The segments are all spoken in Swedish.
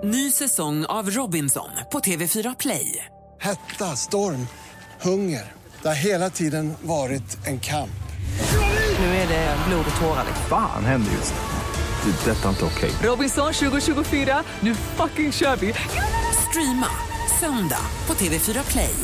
Ny säsong av Robinson på TV4 Play. Hetta, storm, hunger. Det har hela tiden varit en kamp. Nu är det blod och tårar. Fan händer just det. Det är detta inte okej. Robinson 2024, nu fucking kör vi. Streama söndag på TV4 Play.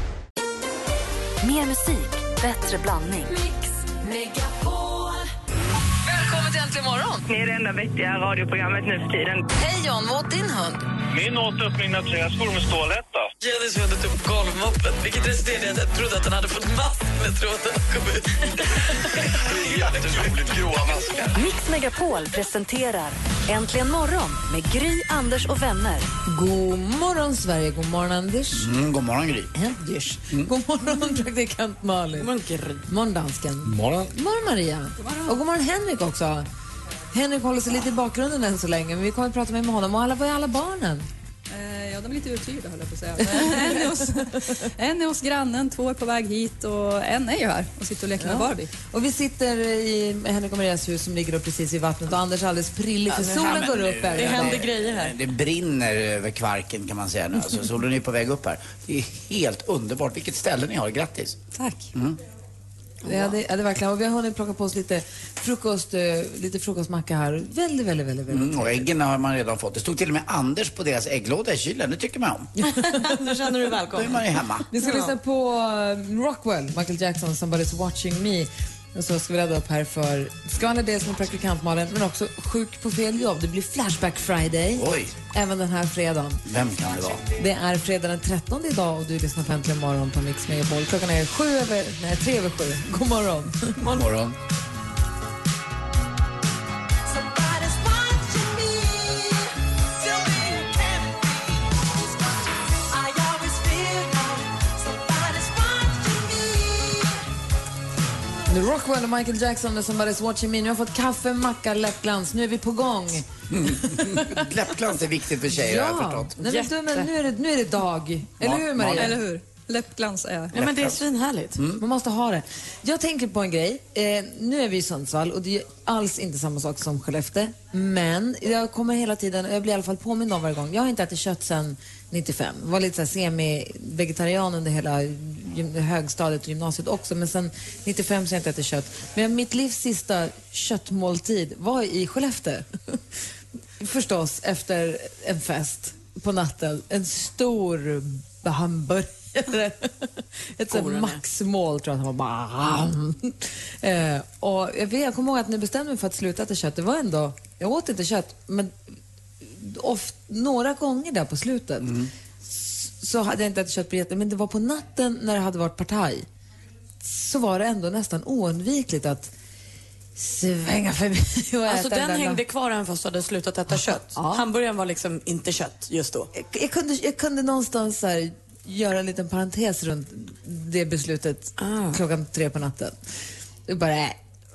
Mer musik, bättre blandning. Mix Megapol. Välkommen till Äntligen morgon. Ni är det enda vettiga radioprogrammet nu för tiden. Hej John, vad åt din hund? Min åt upp mina träskor med stålhätta. Jennys hund åt upp golvmoppen, vilket resulterade i att jag trodde att den hade fått mask med tråden och kom ut. Det är jätteroligt, gråa maskar. Mix Megapol presenterar Äntligen morgon med Gry, Anders och vänner. God morgon Sverige, god morgon Anders. God morgon Gry. Anders. God morgon praktikant Malin. God morgon dansken. God morgon Maria. Och god morgon Henrik också. Henrik håller sig lite i bakgrunden än så länge, men vi kommer att prata med honom. Och vad är alla barnen? Ja, de är lite uthyrda, höll jag på att säga. En är hos grannen, 2 är på väg hit och en är ju här och sitter och leker med Barbie. Och vi sitter i Henrik och Marias hus som ligger upp precis i vattnet och Anders är alldeles prillig för solen går upp. Det händer grejer här. Det brinner över Kvarken kan man säga nu. Alltså, solen är på väg upp här. Det är helt underbart. Vilket ställe ni har. Grattis. Tack. Ja, det är verkligen. Och vi har hunnit plocka på oss lite frukostmacka här. Väldigt. Och äggen har man redan fått. Det stod till och med Anders på deras ägglåda i kylen. Det tycker man om. Då känner du välkommen. Då är man ju hemma. Vi ska lyssna på Rockwell, Michael Jackson, Somebody's Watching Me. Och så ska vi rädda upp här för skvallrar dels med praktikantmalen, men också sjuk på fel jobb. Det blir Flashback Friday. Oj. Även den här fredagen. Vem kan det vara? Det är fredag den 13 idag och du lyssnar på Äntligen morgon på Mix Megapol. Klockan är 3 över 7. God morgon. God morgon. Rockwell och Michael Jackson och Somebody's Watching Me. Nu har fått kaffe, macka, läppglans. Nu är vi på gång. Läppglans är viktigt för tjejer, har jag förstått. Nej, men nu är det dag. Eller hur, Maria? Eller hur? Läppglans är... Ja, men det är svinhärligt. Man måste ha det. Jag tänker på en grej. Nu är vi i Sundsvall och det är alls inte samma sak som Skellefteå. Men jag kommer hela tiden, jag blir i alla fall påmind om varje gång. Jag har inte ätit kött sedan 95. Jag var lite så här semi-vegetarian under hela högstadiet och gymnasiet också. Men sen 95 så har jag inte ätit kött. Men mitt livs sista köttmåltid var i Skellefteå. Förstås efter en fest på natten. En stor hamburgare. Ett sånt maxmål tror jag att han var bara... och jag kommer ihåg att när jag bestämde mig för att sluta äta kött, det var ändå... Jag åt inte kött, men några gånger där på slutet så hade jag inte ätit kött på jätte, men det var på natten när det hade varit partaj så var det ändå nästan oundvikligt att svänga förbi och alltså äta den hängde kvar även fast du hade slutat äta kött. Ja. Hamburgaren var liksom inte kött just då. Jag kunde någonstans så här göra en liten parentes runt det beslutet klockan 3 på natten. Det bara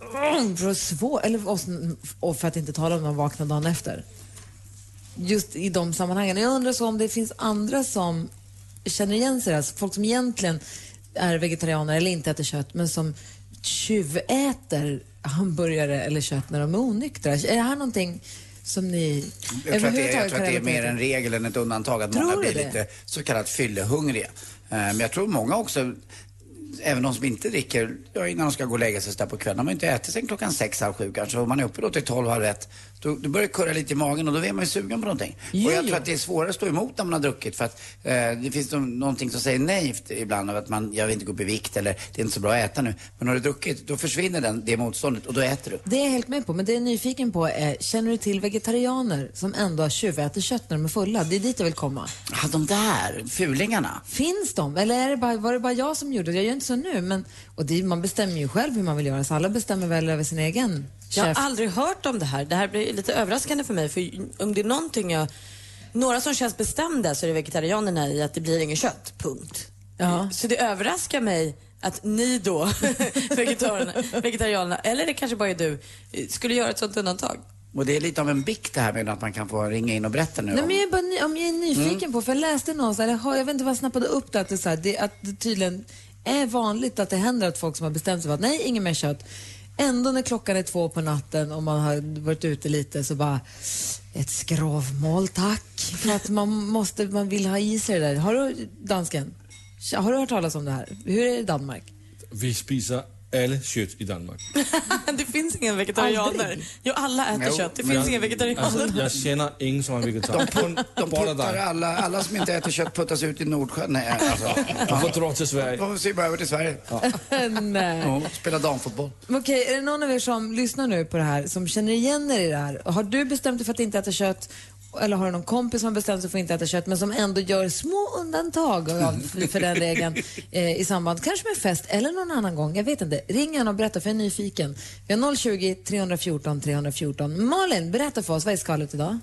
och för att inte tala om när man vaknar dagen efter. Just i de sammanhangen. Jag undrar så om det finns andra som känner igen sig, alltså folk som egentligen är vegetarianer eller inte äter kött, men som tjuväter hamburgare eller kött när de är onyktra. Är det här någonting som ni... Jag tror att det är mer en regel än ett undantag att många blir lite så kallat fyllehungriga. Men jag tror många också, även de som inte dricker innan de ska gå och lägga sig så där på kvällen, man inte äter sen klockan 6:30 kanske, och man är uppe då till 12:30, då börjar det kurra lite i magen och då är man ju sugen på någonting. Och jag tror att det är svårare att stå emot när man har druckit, för att det finns någonting som säger nej ibland av att jag vill inte gå upp i vikt eller det är inte så bra att äta nu. Men har du druckit, då försvinner det motståndet och då äter du. Det är jag helt med på, men det jag är nyfiken på är, känner du till vegetarianer som ändå tjuväter kött när de är fulla? Det är dit jag vill komma. Ja, de där fulingarna. Finns de? Eller var det bara jag som gjorde det? Jag gör inte så nu, men man bestämmer ju själv hur man vill göra, så alla bestämmer väl över sin egen chef. Jag har aldrig hört om det här. Det här blir lite överraskande för mig, för om det är någonting några som känns bestämda så är det vegetarianerna i att det blir ingen kött, punkt. Ja. Så det överraskar mig att ni då, vegetarianerna, eller det kanske bara är du, skulle göra ett sånt undantag. Och det är lite av en bikt det här med att man kan få ringa in och berätta nu. Nej, men om jag är nyfiken på, för jag läste någonstans, jag vet inte vad jag snappade upp det, att det tydligen är vanligt att det händer att folk som har bestämt sig för att nej, ingen mer kött, ändå när klockan är 2 på natten och man har varit ute lite så bara ett skrovmål, tack. För att man vill ha i sig det där. Har du, dansken? Har du hört talas om det här? Hur är det i Danmark? Vi spiser alla kött i Danmark. Det finns ingen vegetarianer. Jo, alla äter kött. Det finns ingen vegetarianer. Alltså, jag känner ingen som är vegetarianer. De puttar alla som inte äter kött puttas ut i Nordsjön. Nej, alltså. De får dra till Sverige. De får se över till Sverige. Ja. Nej. Ja, spela damfotboll. Okej, är det någon av er som lyssnar nu på det här som känner igen er i det här? Har du bestämt dig för att inte äta kött? Eller har du någon kompis som har bestämt sig för att inte äta kött men som ändå gör små undantag för den regeln i samband, kanske med fest eller någon annan gång, jag vet inte. Ring gärna och berätta för jag är nyfiken. Vi har 020-314-314. Malin, berätta för oss, vad är skalet idag?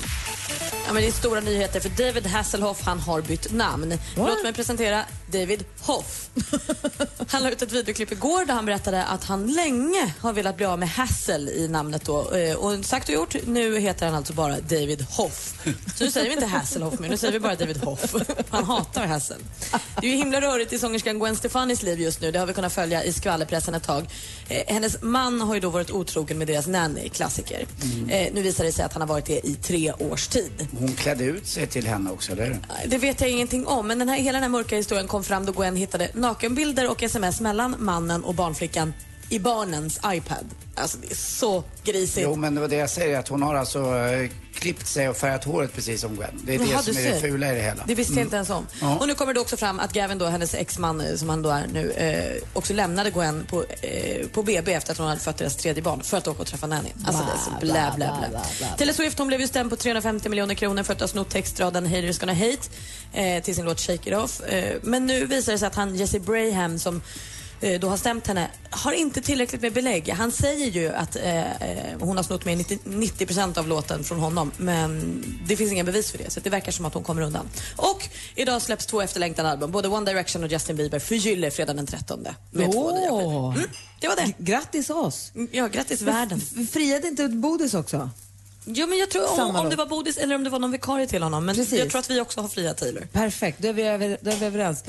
Ja, men det är stora nyheter för David Hasselhoff, han har bytt namn. Låt mig presentera David Hoff. Han la ut ett videoklipp igår där han berättade att han länge har velat bli av med Hassel i namnet då. Och sagt och gjort, nu heter han alltså bara David Hoff. Så nu säger vi inte Hasselhoff mer, nu säger vi bara David Hoff. Han hatar Hassel. Det är ju himla rörigt i sångerskan Gwen Stefanis liv just nu. Det har vi kunnat följa i skvallerpressen ett tag. Hennes man har ju då varit otrogen med deras nanny, klassiker. Nu visar det sig att han har varit det i 3 års tid. Hon klädde ut sig till henne också, eller? Det vet jag ingenting om, men hela den här mörka historien kom fram då Gwen hittade nakenbilder och sms mellan mannen och barnflickan i barnens iPad. Alltså det är så grisigt. Jo, men det var det jag säger, att hon har alltså klippt sig och färgat håret precis som Gwen. Det är det som är det fula i det hela. Det visste jag inte ens om. Ja. Och nu kommer det också fram att Gavin då, hennes exman som han då är nu, också lämnade Gwen på BB efter att hon hade fött deras 3:e barn för att åka och träffa nanny. Alltså det är så blä. Taylor Swift, hon blev ju stämd på 350 miljoner kronor för att ha snott textraden Haters Gonna Hate till sin låt Shake It Off. Men nu visar det sig att han, Jesse Braham, som då har stämt henne, har inte tillräckligt med belägg. Han säger ju att hon har snott med 90% av låten från honom, men det finns inga bevis för det, så det verkar som att hon kommer undan. Och idag släpps 2 efterlängtade album, både One Direction och Justin Bieber, förgyller fredagen den 13 med 2 nya skivor. Det var det. Grattis oss. Ja, grattis världen. Friade inte ut Bodis också? Jo, men jag tror om det var Bodis eller om det var någon vikarie till honom, men jag tror att vi också har fria Taylor. Perfekt, då är vi överens.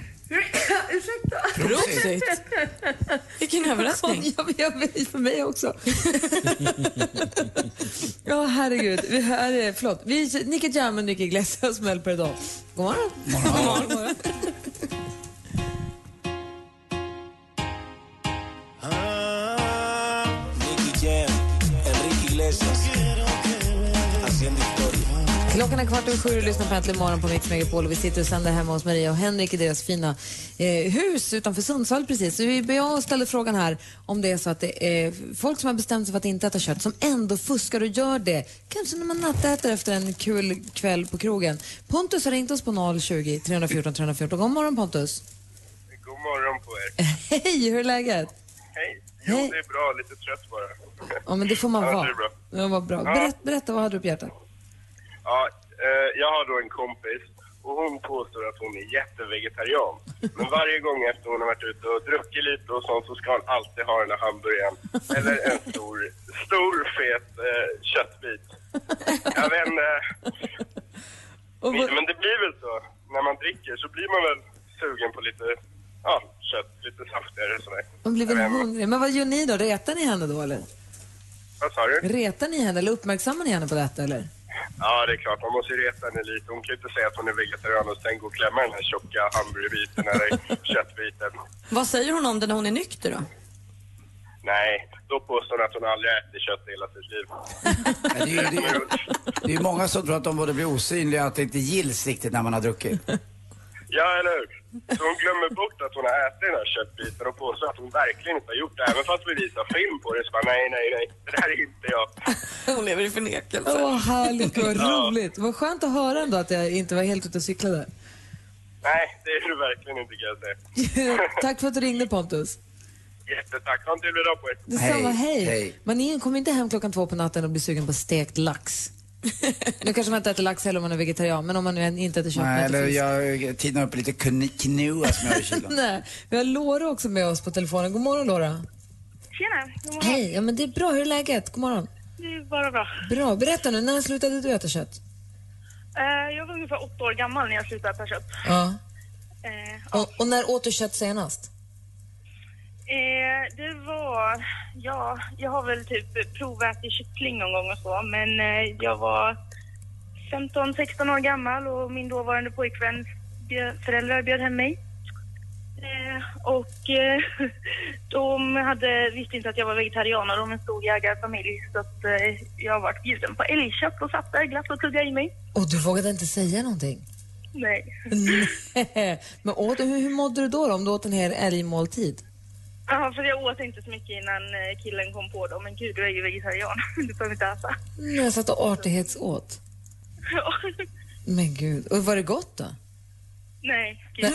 Ursäkta. Prosit. Vilken överraskning. Jag vet, för mig också. Ja, herregud. Förlåt. Nicky Jam och Nicky Iglesias smäll på idag. God morgon. God morgon. Nicky Jam, Enrique Iglesias. Klockan är 7:15 och lyssnar på Äntligen morgon på Mix Megapol och vi sitter och sänder hemma hos Maria och Henrik i deras fina hus utanför Sundsvall precis. Så jag ställde frågan här om det är så att det är folk som har bestämt sig för att inte äta kött som ändå fuskar och gör det. Kanske när man nattäter efter en kul kväll på krogen. Pontus har ringt oss på 020-314-314. God morgon Pontus. God morgon på er. Hej, hur är läget? Hej. Jo, det är bra. Lite trött bara. Ja, men det får man vara. Det är bra. Det var bra. Ja. Berätta, vad hade du på hjärtat? Ja, jag har då en kompis och hon påstår att hon är jättevegetarian. Men varje gång efter hon har varit ute och druckit lite och sånt så ska hon alltid ha den här hamburgaren. Eller en stor fet köttbit. Jag vet inte. Men det blir väl så. När man dricker så blir man väl sugen på lite kött, lite saftigare och sådär. Man blir väl hungrig. Men vad gör ni då? Retar ni henne då eller? Vad sa du? Retar ni henne eller uppmärksammar ni henne på detta eller? Ja, det är klart. Man måste ju reta henne lite. Hon kan inte säga att hon är vegetarian och sen gå och klämma den här tjocka hamburgerbiten eller köttbiten. Vad säger hon om det när hon är nykter då? Nej, då påstår hon att hon aldrig ätit kött i hela sitt liv. Det är ju många som tror att de borde bli osynliga, att det inte gills riktigt när man har druckit. Ja, eller hur? Så hon glömmer bort att hon har ätit den här köttbiten och påstår att hon verkligen inte har gjort det. Även fast vi visar film på det så bara nej. Det här är inte jag. Hon lever i förnekelse. Härligt, vad roligt. Vad skönt att höra ändå att jag inte var helt ute och cyklade. Nej, det är du verkligen inte, kan jag säga. Tack för att du ringde, Pontus. Jättetack. Ha en trevlig dag på er. Detsamma, hej. Man kommer inte hem 2:00 på natten och blir sugen på stekt lax. Nu kanske man inte äter lax heller om man är vegetarian, men om man nu inte äter kött. Nej, eller jag tinar upp lite quinoa som jag har i kylen. Nej, vi har Laura också med oss på telefonen. God morgon, Laura. Tjena, god morgon. Hej, ja men det är bra. Hur är läget? God morgon. Det är bara bra. Bra, berätta nu, när slutade du äta kött? Jag var ungefär 8 år gammal när jag slutade äta kött. Ja. Och när åt du kött senast? Det var, jag har väl typ provat i kyckling någon gång och så, men jag var 15-16 år gammal och min dåvarande pojkvän föräldrar bjöd hem mig. De visste inte att jag var vegetarianer, de är en stor jägarfamilj, så att jag har varit bjuden på älgkött och satt där glatt och tuggade i mig. Och du vågade inte säga någonting? Nej. Men hur mådde du då om du åt en hel älgmåltid? Ja, för jag åt inte så mycket innan killen kom på det. Men gud, du är ju vegetarian. Du behöver inte äta. Jag satt och artighetsåt. Ja. Men gud, och var det gott då? Nej, gud.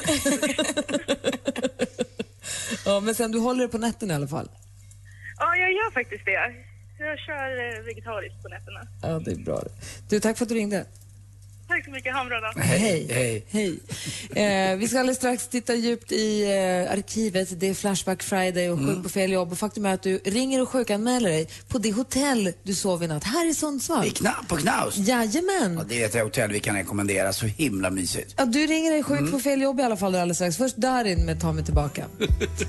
Ja, men sen du håller det på nätten i alla fall? Ja, jag gör faktiskt det. Jag kör vegetariskt på nätterna. Ja, det är bra. Du, tack för att du ringde. Tack så mycket, ha en bra dag. Hej. Vi ska alldeles strax titta djupt i arkivet. Det är Flashback Friday och sjuk på fel jobb. Och faktum är att du ringer och sjukanmäler dig på det hotell du sov i natt här i Sundsvall. På Knaus? Jajamän. Ja, det är ett hotell vi kan rekommendera, så himla mysigt. Ja, du ringer dig sjuk på fel jobb i alla fall alldeles strax. Först Darin med Ta mig tillbaka. Ta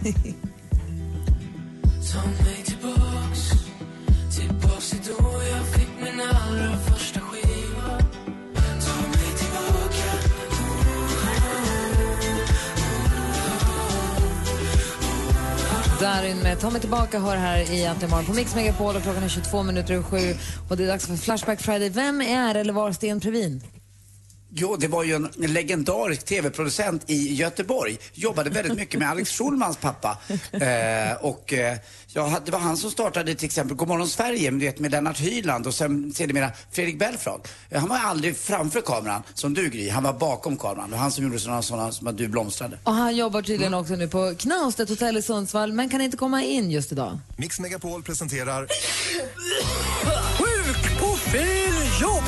mig tillbaks till då jag fick min allra första skiva. Ta mig tillbaka. Darin med Ta mig tillbaka hör här i Äntligen morgon på Mix Megapol och klockan är 22:07 och det är dags för Flashback Friday. Vem är eller var Sten Previn? Jo, det var ju en legendarisk tv-producent i Göteborg. Jobbade väldigt mycket med Alex Schulmans pappa. Det var han som startade till exempel Godmorgon Sverige med Lennart Hyland och sen sedermera Fredrik Belfrage. Han var aldrig framför kameran som du, Gry. Han var bakom kameran. Och han som gjorde sådana som att du blomstrade. Och han jobbar tydligen också nu på Knaus, ett hotell i Sundsvall, men kan inte komma in just idag. Mix Megapol presenterar Sjuk på fel jobb!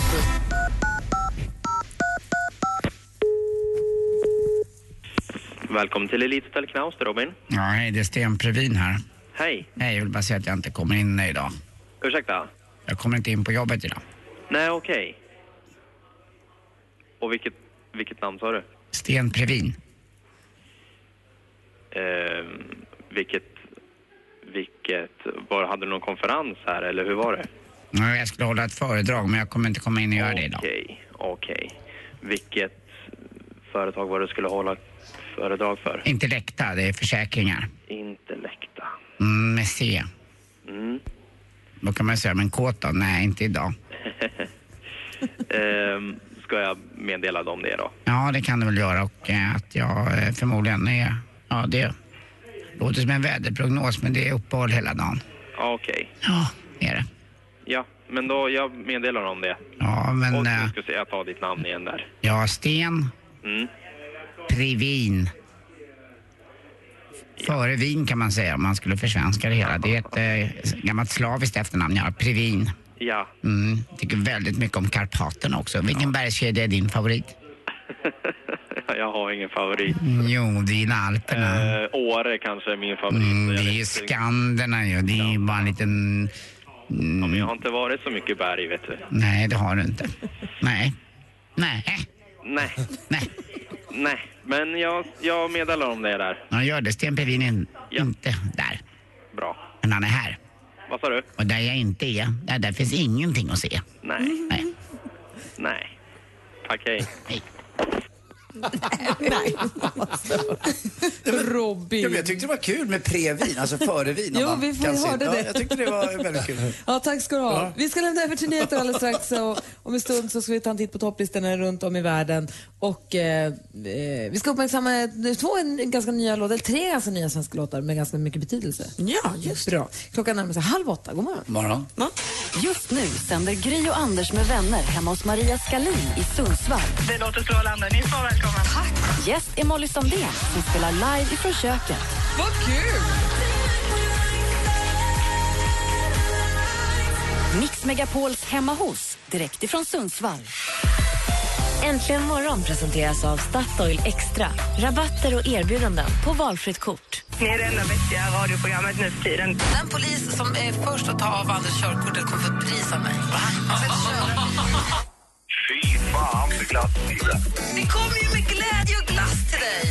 Välkommen till Elithotell Knaus, Robin. Ja, hej, det är Sten Previn här. Hej. Hej, jag vill bara säga att jag inte kommer in idag. Ursäkta? Jag kommer inte in på jobbet idag. Nej, okej. Och vilket namn sa du? Sten Previn. Hade du någon konferens här eller hur var det? Ja, jag skulle hålla ett föredrag men jag kommer inte komma in och göra det idag. Okej. Vilket företag var det du skulle hålla föredrag för? Inte läkta, det är försäkringar. Inte läkta. Med C. Då kan man säga, men kåt då? Nej, inte idag. Ska jag meddela dem det då? Ja, det kan du väl göra och att jag förmodligen är... Ja, det låter som en väderprognos men det är uppehåll hela dagen. Okej. Ja, det är det. Ja, men då jag meddelar om det. Ja, men... Och nu ska jag ta ditt namn igen där. Ja, Sten Previn. Före vin kan man säga om man skulle försvenska det hela. Det är ett gammalt slaviskt efternamn, ja, Previn. Ja. Tycker väldigt mycket om Karpaterna också. Vilken bergskedja är din favorit? Jag har ingen favorit. Jo, det är Alperna. Åre kanske är min favorit. Det är ju Skanderna ju. Det är ju bara en liten... Ja, men jag har inte varit så mycket berg, vet du. Nej, det har du inte. Nej. Men jag meddelar om det där. Ja, gör det. Sten Previn är inte där. Bra. Men han är här. Vad sa du? Och där jag inte är, där finns ingenting att se. Nej. Tack, hej. Nej. Robin. Ja, jag tyckte det var kul med previn, alltså förevin. Jo, vi hörde det. Ja, jag tyckte det var väldigt kul. Ja, tack ska du ha. Ja. Vi ska lämna över till nyheter alldeles strax och om en stund så ska vi ta en titt på topplistorna runt om i världen och vi ska uppmärksamma ganska nya låtar, eller 3 ganska nya svenska låtar med ganska mycket betydelse. Ja, just bra. Klockan närmar sig 7:30. God morgon. Morgon. Ja. Just nu sänder Gry och Anders med vänner hemma hos Maria Skalin i Sundsvall. Det låter strålande. Ni är så välkomna. Tack. Gäst är Molly Sandén som spelar live ifrån köket. Vad kul! Mix Megapols hemma hos, direkt ifrån Sundsvall. Äntligen morgon presenteras av Statoil Extra. Rabatter och erbjudanden på valfritt kort. Ni är det enda vettiga radioprogrammet nu för tiden. Den polis som är först att ta av Anders körkortet kommer få ett pris av mig. Fy fan för glassbilen. Det kommer ju med glädje och glass till dig.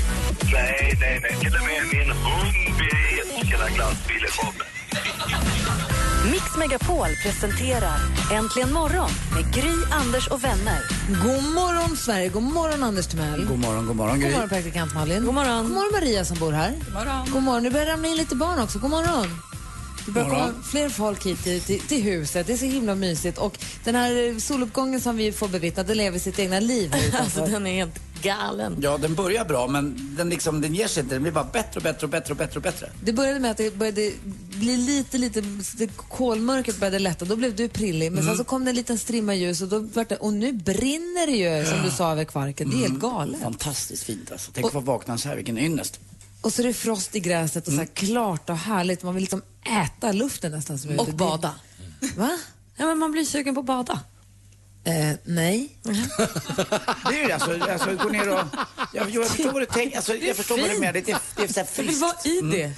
Nej. Till och med min hund vet vilka glassbilen kommer. Mix Megapol presenterar Äntligen morgon med Gry, Anders och vänner. God morgon Sverige, god morgon Anders Timell. God morgon Gry. God morgon praktikant Malin. God morgon. God morgon Maria som bor här. God morgon. God morgon, nu börjar ramla in lite barn också. God morgon. Det börjar komma fler folk hit till huset. Det är så himla mysigt. Och den här soluppgången som vi får bevittna, den lever sitt egna liv. Alltså den är helt galen. Ja, den börjar bra, men den ger sig inte. Den blir bara bättre. Det började med att det började bli lite kolmörkret började lätta. Då blev du prillig. Men sen så kom det en liten strimma ljus och då var det, och nu brinner det ju som du sa över kvarken. Det är helt galet. Fantastiskt fint alltså. Tänk att få vakna så här, vilken ynnest. Och så är det frost i gräset och så här klart och härligt. Man vill liksom äta luften nästan. Som och bada. Va? Ja, men man blir sugen på att bada. Nej. Det är ju alltså gå ner och... Jag förstår vad du tänker. Alltså, jag förstår vad du menar. Det är så här friskt. Jag vill vara i det.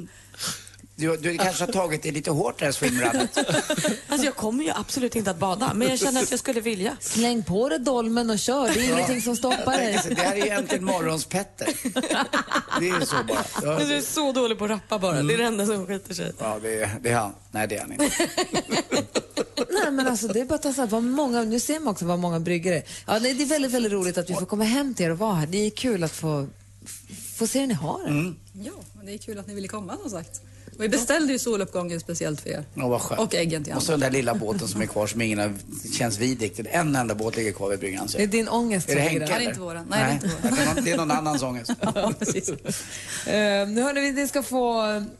Du kanske har tagit det lite hårt det här swimrandet. Alltså jag kommer ju absolut inte att bada, men jag känner att jag skulle vilja. Släng på dig dolmen och kör. Det är ingenting som stoppar dig. Det här är egentligen morgons Petter. Det är så bara. Ja, du är så dålig på att rappa bara. Det är det enda som skiter sig. Ja, det är han. Nej, det är han inte. Nej, men alltså det är bara att vad många, nu ser man också vad många bryggare. Ja, det är väldigt, väldigt roligt att vi får komma hem till er och vara här. Det är kul att få se hur ni har det. Ja, det är kul att ni ville komma som sagt. Och vi beställde ju soluppgången speciellt för er. Ja, vad skönt. Och äggen till och så den där lilla båten som är kvar som ingen har, känns vidigt. En enda båt ligger kvar vid bryggan. Det är din ångest. Är det Henke? Det är inte våran. Nej, det är inte våran. Det är någon annans ångest. Ja, precis. Nu hörde vi, ni ska få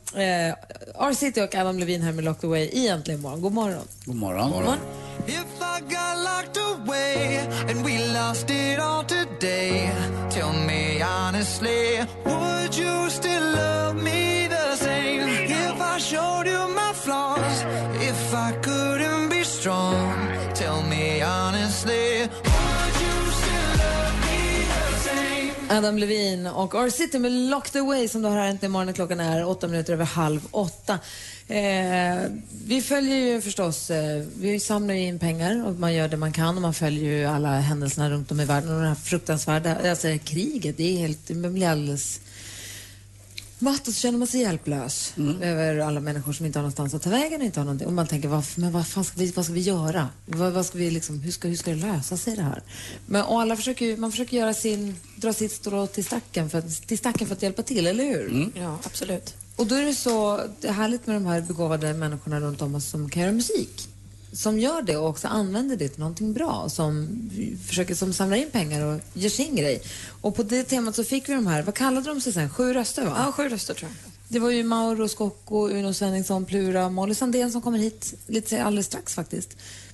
R-City och Adam Levine här med Locked Away i Äntligen morgon. God morgon. God morgon. God morgon. If I got locked away and we lost it all today, tell me honestly, would you still love me the same? If I showed you my flaws, if I couldn't be strong, tell me honestly, would you still love me the same? Adam Levine och R-City med Locked Away som du har här Äntligen morgon. Klockan är 7:08. Vi följer ju förstås, vi samlar ju in pengar och man gör det man kan och man följer ju alla händelserna runt om i världen och det här fruktansvärda, alltså kriget, det är helt, man blir alldeles matt och så känner man sig hjälplös över alla människor som inte har någonstans att ta vägen och inte har någonting. Och man tänker, vad ska vi göra? Vad ska vi liksom, hur ska det lösa sig det här? Men och alla försöker göra dra sitt strå till stacken för att hjälpa till, eller hur? Ja, absolut. Och då är det så härligt med de här begåvade människorna runt om oss som kan göra musik. Som gör det och också använder det till någonting bra. Som samlar in pengar och gör sin grej. Och på det temat så fick vi de här, vad kallade de sig sen? 7 röster, va? Ja, 7 röster tror jag. Det var ju Mauro Scocco, Uno Svenningsson, Plura, Molly Sandén som kommer hit lite alldeles strax faktiskt.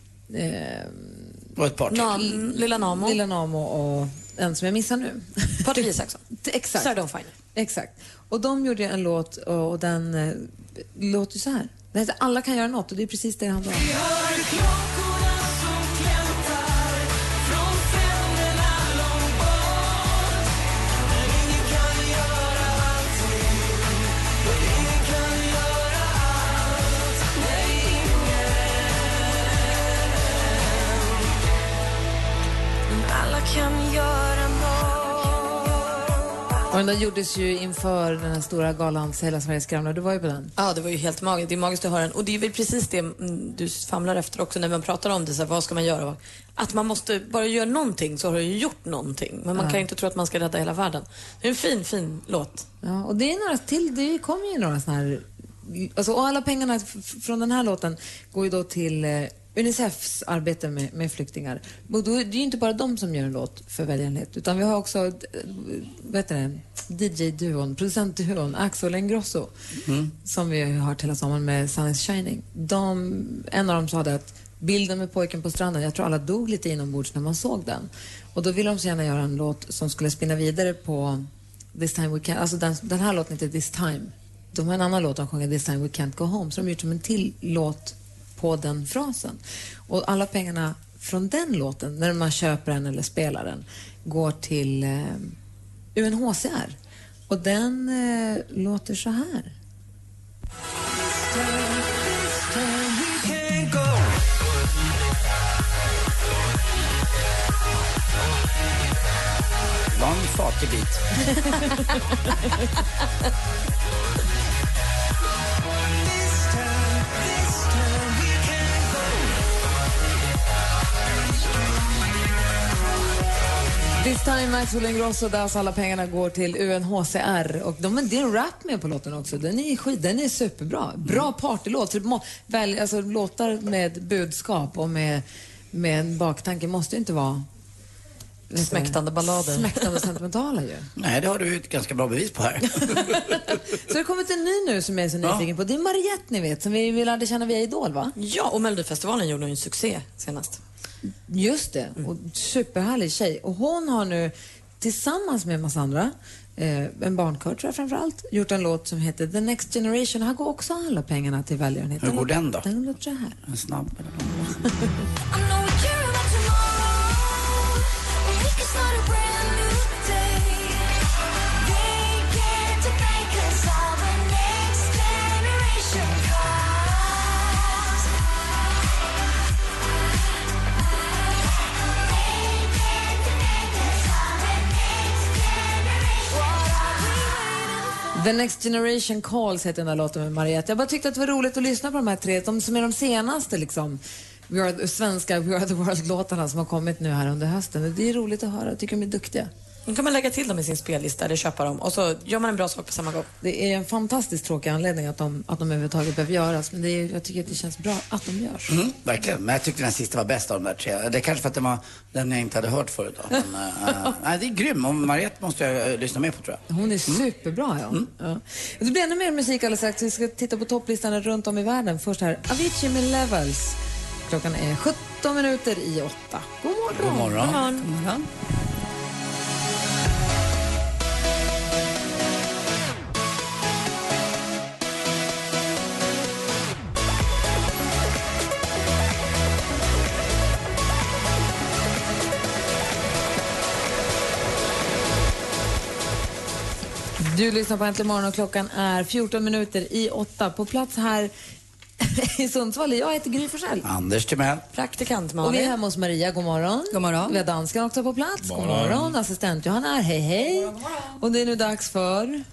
Och ett par till. Lilla Namo och en som jag missar nu. Patrik Isaksson. Exakt. Sardon Finer. Exakt. Och de gjorde en låt och den låter så här. Den heter Alla kan göra något och det är precis det det handlar om. Och den där gjordes ju inför den här stora galan Hela Sveriges skramlar. Du var ju på den. Ja, det var ju helt magiskt. Det är magiskt att höra den. Och det är väl precis det du famlar efter också när man pratar om det. Så här, vad ska man göra? Att man måste bara göra någonting så har du ju gjort någonting. Men man kan ju inte tro att man ska rädda hela världen. Det är en fin låt. Ja, och det är några till. Det kommer ju några såna här... Alltså, och alla pengarna från den här låten går ju då till UNICEFs arbete med flyktingar. Och då är det ju inte bara de som gör en låt för välgörenhet, utan vi har också DJ-duon, producentduon Axel Ingrosso som vi har hört hela sommaren med Sun is Shining. En av dem sa det att bilden med pojken på stranden, jag tror alla dog lite inombords när man såg den. Och då ville de så gärna göra en låt som skulle spinna vidare på This Time We Can't, alltså den här låten heter This Time. De har en annan låt som sjunger This Time We Can't Go Home, så de har gjort som en till låt på den frasen. Och alla pengarna från den låten, när man köper den eller spelar den, går till UNHCR. Och den låter så här. Det var en fatig bit. This time Maxwell Ingrosso, där alltså alla pengarna går till UNHCR. Och det är en rap med på låten också. Den är superbra. Bra partylåt. Alltså, låtar med budskap och med en baktanke måste ju inte vara smäktande ballader. Smäktande och sentimentala ju. Nej, det har du ett ganska bra bevis på här. Så det har kommit en ny nu som jag är så nyfiken på. Det är Mariette, ni vet, som vi lärde känna via Idol, va? Ja, och Melodifestivalen gjorde en succé senast. Just det, och superhärlig tjej. Och hon har nu tillsammans med en massa andra, en barnkör tror jag framförallt, gjort en låt som heter The Next Generation. Här går också alla pengarna till välgörenhet. Hur går den då? Den låter så här. En snabb eller The Next Generation Calls heter den där låten med Mariette. Jag bara tyckte att det var roligt att lyssna på de här tre, de som är de senaste liksom, svenska We Are The World-låtarna som har kommit nu här under hösten. Det är roligt att höra, jag tycker de är duktiga. Då kan man lägga till dem i sin spellista eller köpa dem och så gör man en bra sak på samma gång. Det är en fantastiskt tråkig anledning att de överhuvudtaget behöver göras, men jag tycker att det känns bra att de görs. Verkligen, men jag tyckte den sista var bäst av de där tre. Det är kanske för att det var den jag inte hade hört förut. Men, nej, det är grym, och Mariette måste jag lyssna mer på tror jag. Hon är superbra, ja. Det blir ännu mer musik alldeles strax. Vi ska titta på topplistan runt om i världen. Först här, Avicii med Levels. Klockan är 17 minuter i 8. God morgon. God morgon. God morgon. God morgon. Du lyssnar på Äntligen morgon och klockan är 14 minuter i 8. På plats här i Sundsvall. Jag heter Gry Forssell. Anders Timell. Praktikant Malin. Och vi är hemma hos Maria. God morgon. God morgon. Vi har danskan också på plats. God God morgon. morgon. Assistent Johanna är. Hej, hej. God morgon. Och det är nu dags för... 5, 4,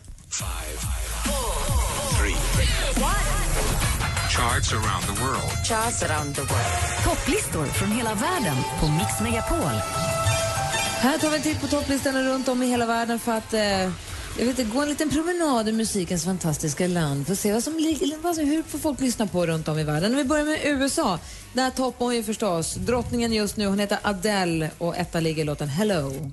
3, 1. Charts around the world. Charts around the world. Topplistor från hela världen på Mix Megapol. Här tar vi en titt på topplistorna runt om i hela världen för att gå en liten promenad i musikens fantastiska land för att se hur får folk lyssna på runt om i världen. Vi börjar med USA. Där toppar hon ju förstås drottningen just nu. Hon heter Adele och etta ligger låten Hello.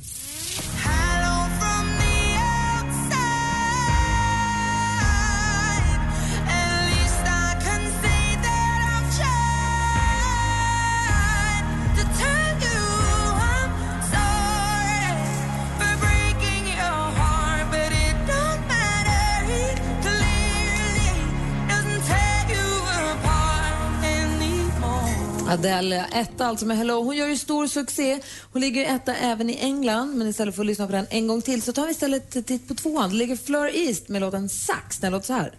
Adele, etta alltså med Hello. Hon gör ju stor succé. Hon ligger ju etta även i England. Men istället för att lyssna på den en gång till så tar vi istället titt på tvåan. Det ligger Fleur East med låten Sax. Den låter så här.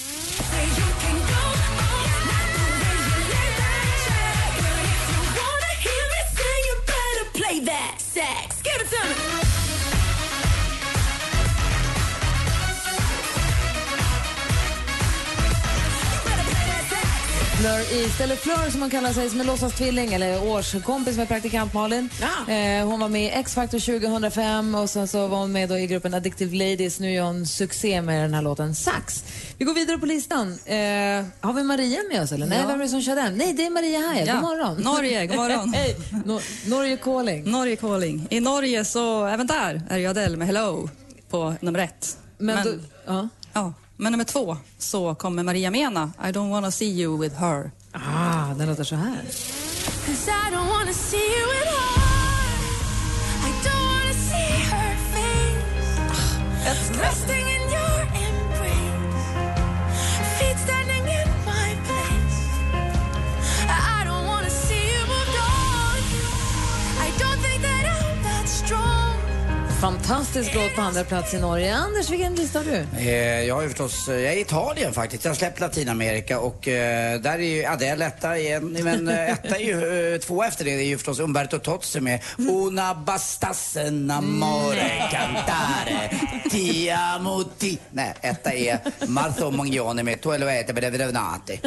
Fleur East, eller Fleur som man kallar sig, som är låtsastvilling eller årskompis med praktikant Malin. Hon var med i X-Factor 2005 och sen så var hon med då i gruppen Addictive Ladies. Nu gör hon succé med den här låten Sax. Vi går vidare på listan. Har vi Maria med oss eller? Nej, vem är det som kör den? Nej, det är Maria här. God morgon. Norge, god morgon. Hej. Norge calling. Norge calling. I Norge så, även där är ju Adele med Hello på nummer 1. Men nummer 2 så kommer Maria Mena, I don't wanna see you with her. Den låter så här. Cause I don't wanna see you with her. I don't wanna see her face. Resting in your embrace. Feet standing in my place. I don't wanna see you move on. I don't think that I'm that strong. Fantastisk låt på andra plats i Norge. Anders, vilken lista har du? Jag är förstås, jag är i Italien faktiskt. Jag har släppt Latinamerika och där är ju Adele etta igen. Men etta är ju, två efter det är ju förstås Umberto Tozzi med Una bastas amore cantare ti amo ti. Nej, etta är Martha Mangione med Tu lo ete bedevenati.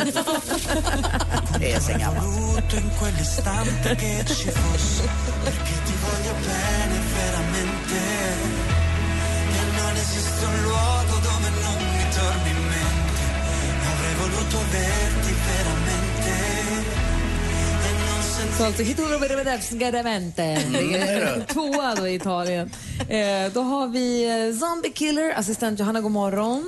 Det är sen gammalt. veramente. E non esiste un luogo dove non mi torni in mente. Avrei voluto averti veramente. E non Så alltså Hitler tvåa då i Italien. Då har vi Zombie Killer, assistent Johanna, god morgon.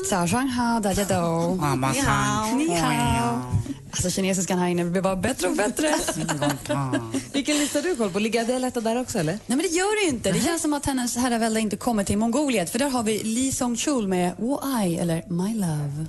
Ni hao. Alltså kinesiskan här inne blir bara bättre och bättre. Vilken lista du koll på? Ligger Adele där också eller? Nej men det gör det ju inte. Det känns som att hennes herravälde inte kommer till Mongoliet. För där har vi Lee Song-chul med Wo Ai eller My Love.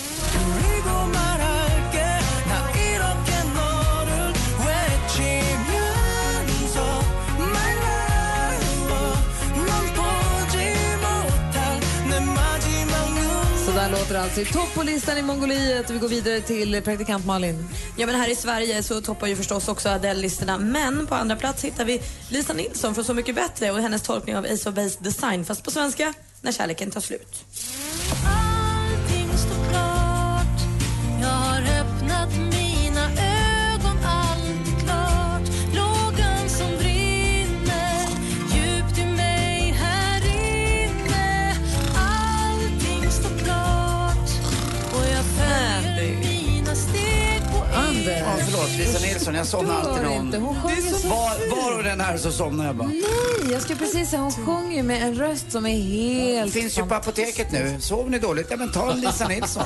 Där låter alltså i topp på listan i Mongoliet. Vi går vidare till praktikant Malin. Ja, men här i Sverige så toppar ju förstås också Adele-listorna. Men på andra plats hittar vi Lisa Nilsson för Så mycket bättre och hennes tolkning av Ace of Base Design. Fast på svenska, När kärleken tar slut. Allting står klart. Jag har öppnat mina ögon, allt är klart. Lågan som brinner djupt i mig här inne. Allting står klart. Och jag följer mina steg på Anders. Ja, förlåt, Lisa Nilsson, jag somnar alltid någon. Var och den här så somnar jag bara. Nej, jag ska precis säga, hon sjunger med en röst som är helt... Finns ju på apoteket nu. Sover ni dåligt? Ja, men ta en Lisa Nilsson.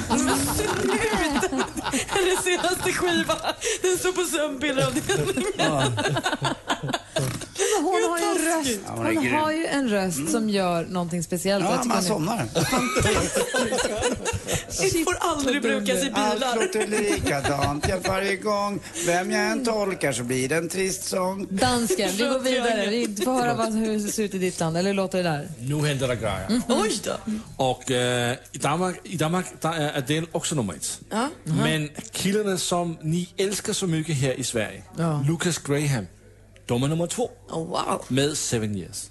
Hennes senaste skiva, den står på sömnpilleravdelningen. Hon har ju en röst. Hon har ju en röst som gör någonting speciellt. Ja, man somnar. Det får aldrig brukas i bilar. Allt låter likadant. Jag varje gång. Vem jag än tolkar så blir det en trist sång. Dansken, vi går vidare. Vi får höra hur det ser ut i ditt land. Eller låter det där? Nu händer det grejer. Oj då. Och i Danmark där är Adele också nummer 1. Ja. Men killarna som ni älskar så mycket här i Sverige, Lucas Graham, de är nummer 2. Oh, wow. Med 7 years.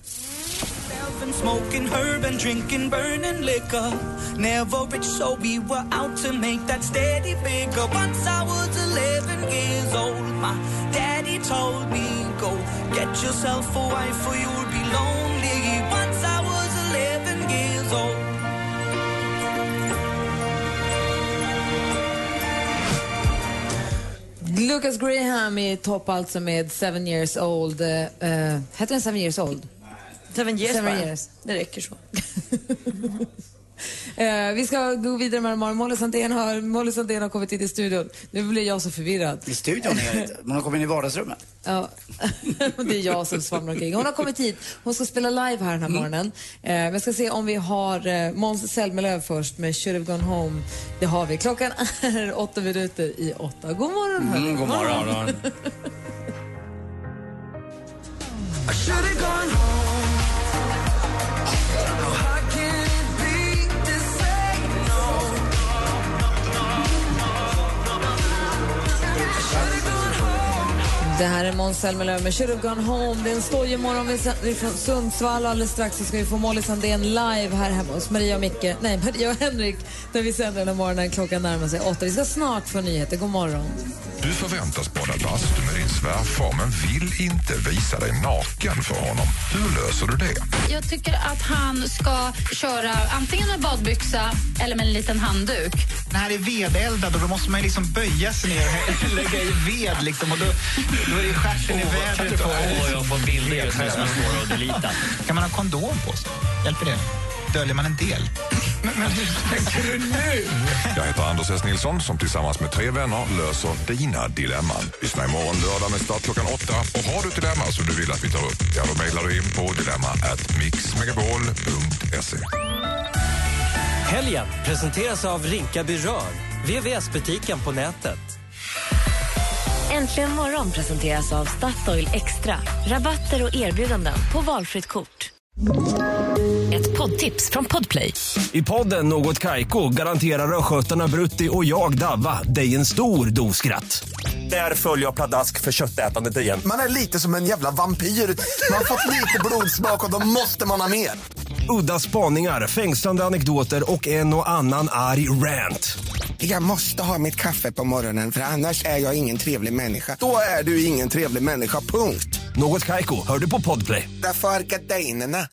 Smoking herb and drinking burning liquor. Never rich, so we were out to make that steady figure. Once I was 11 years old, my daddy told me, go get yourself a wife or you'll be lonely. Once I was 11 years old. Lucas Graham i topp alltså med 7 years old. Heter den 7 years old? 7 years bara. Years. Det räcker så. Vi ska gå vidare med Molly Sandén har kommit in i studion. Nu blir jag så förvirrad. I studion är det. Man har kommit in i vardagsrummet. Ja, det är jag som svamlar omkring. Hon har kommit hit. Hon ska spela live här den här morgonen. Jag ska se om vi har Måns Zelmerlöw först med Should Have Gone Home. Det har vi. Klockan är 8 minuter i 8. God morgon. God morgon. I should have gone home. How can it be to say no? I should have gone home. Det här är Måns Zelmerlöw med Should Have Gone Home. Det är en stoj imorgon från Sundsvall. Alldeles strax så ska vi få Molly Sandén live här hemma hos Maria och Henrik. Där vi sänder den här morgonen, klockan närmar sig 8. Vi ska snart få nyheter. God morgon. Du förväntas bada bastu med din svärfar men vill inte visa dig naken för honom. Hur löser du det? Jag tycker att han ska köra antingen med badbyxa eller med en liten handduk. När det är vedeldad då måste man liksom böja sig ner och lägga i ved liksom, och då är det stjärten i vädret. Jag får bilder just nu som är svåra att delita. Kan man ha kondom på sig? Hjälper det? Döljer man en del? Men hur tänker du nu? Jag heter Anders S. Nilsson som tillsammans med 3 vänner löser dina dilemman. Lyssna imorgon lördag med start klockan 8. Och har du ett dilemma som du vill att vi tar upp, ja då mejlar du in på dilemma@mixmegapol.se. Helgen presenteras av Rinkaby Rör, VVS-butiken på nätet. Äntligen morgon presenteras av Statoil Extra. Rabatter och erbjudanden på valfritt kort. Ett poddtips från Podplay. I podden Något Kaiko garanterar röskötarna Brutti och jag Davva dig en stor doskratt. Där följer jag pladask för köttätandet igen. Man är lite som en jävla vampyr. Man har fått lite blodsmak och då måste man ha mer. Udda spaningar, fängslande anekdoter och en och annan arg rant. Jag måste ha mitt kaffe på morgonen för annars är jag ingen trevlig människa. Då är du ingen trevlig människa, punkt. Något Kaiko, hör du på Podplay. Därför arkadeinerna.